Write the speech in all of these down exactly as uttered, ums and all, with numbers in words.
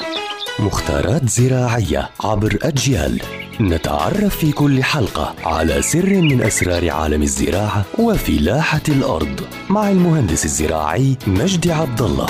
مختارات زراعية عبر أجيال، نتعرف في كل حلقة على سر من أسرار عالم الزراعة وفلاحة الأرض مع المهندس الزراعي مجدي عبد الله.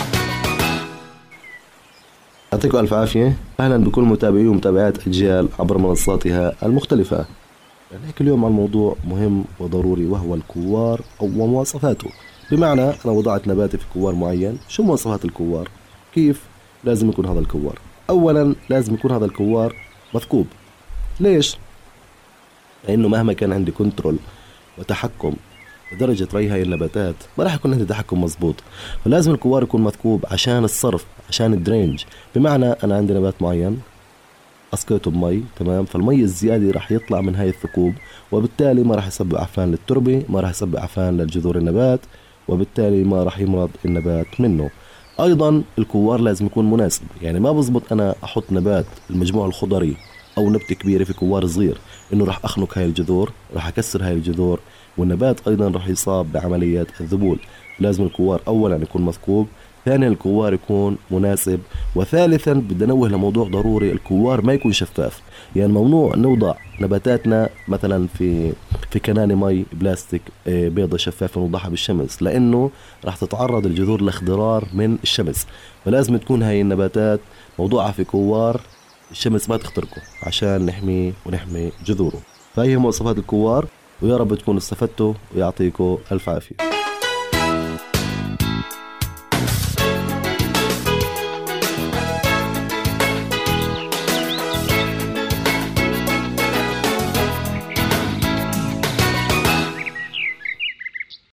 يعطيكم ألف عافية. أهلا بكل متابعي ومتابعات أجيال عبر منصاتها المختلفة. يعني هيك اليوم عن موضوع مهم وضروري وهو الكوار أو مواصفاته. بمعنى أنا وضعت نباتي في كوار معين، شو مواصفات الكوار؟ كيف لازم يكون هذا الكوار؟ أولا لازم يكون هذا الكوار مثقوب. ليش؟ لأنه مهما كان عندي كنترول وتحكم بدرجة ري هاي النباتات ما راح يكون عندي تحكم مزبوط، فلازم الكوار يكون مثقوب عشان الصرف، عشان الدرينج. بمعنى أنا عندي نبات معين أسقيته بمي، تمام، فالمي الزيادة راح يطلع من هاي الثقوب، وبالتالي ما راح يسبب عفان للتربة، ما راح يسبب عفان للجذور النبات، وبالتالي ما راح يمرض النبات منه. أيضا الكوار لازم يكون مناسب، يعني ما بزبط أنا أحط نبات المجموع الخضري أو نبتة كبيرة في كوار صغير، إنه راح أخنق هاي الجذور، راح أكسر هاي الجذور، والنبات أيضا راح يصاب بعمليات الذبول. لازم الكوار أولا يكون مثقوب، ثانيا الكوار يكون مناسب، وثالثا بدنا ننوه لموضوع ضروري، الكوار ما يكون شفاف. يعني ممنوع نوضع نباتاتنا مثلا في في كنانة مي بلاستيك بيضة شفافة نوضعها بالشمس، لأنه راح تتعرض الجذور لاخضرار من الشمس. فلازم تكون هاي النباتات موضوعة في كوار الشمس ما تخترقه عشان نحمي ونحمي جذوره. فهي مواصفات الكوار، ويا رب تكونوا استفدتوا، ويعطيكم ألف عافية.